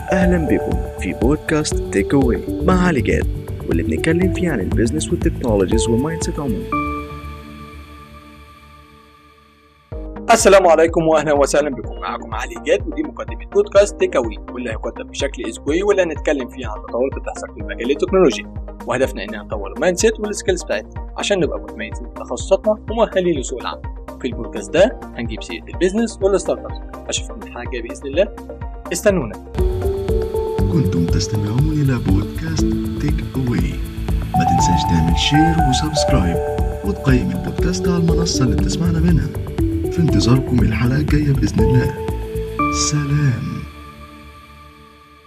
أهلا بكم في بودكاست تيك أواي مع علي جاد، واللي بنتكلم فيه عن البيزنس والتكنولوجيز والمايند سيت عموما. السلام عليكم واهلا وسهلا بكم. معكم علي جاد، ودي مقدمه بودكاست تيك أواي، واللي هيقدم بشكل اسبوعي واللي هنتكلم فيه عن التطورات اللي بتحصل في المجال التكنولوجي، وهدفنا اننا نطور المايند سيت والسكيلز بتاعتنا عشان نبقى متميزين في تخصصاتنا ومؤهلين لسوق العمل. في البودكاست ده هنجيب سيره البيزنس والستارت ابس. اشوفكم الحلقه الجايه باذن الله، استنونا. كنتم تستمعون إلى بودكاست تيك أواي. ما تنساش تعمل شير وسبسكرايب وتقيم البودكاست على المنصة اللي بتسمعنا منها. في انتظاركم الحلقة الجاية بإذن الله. سلام.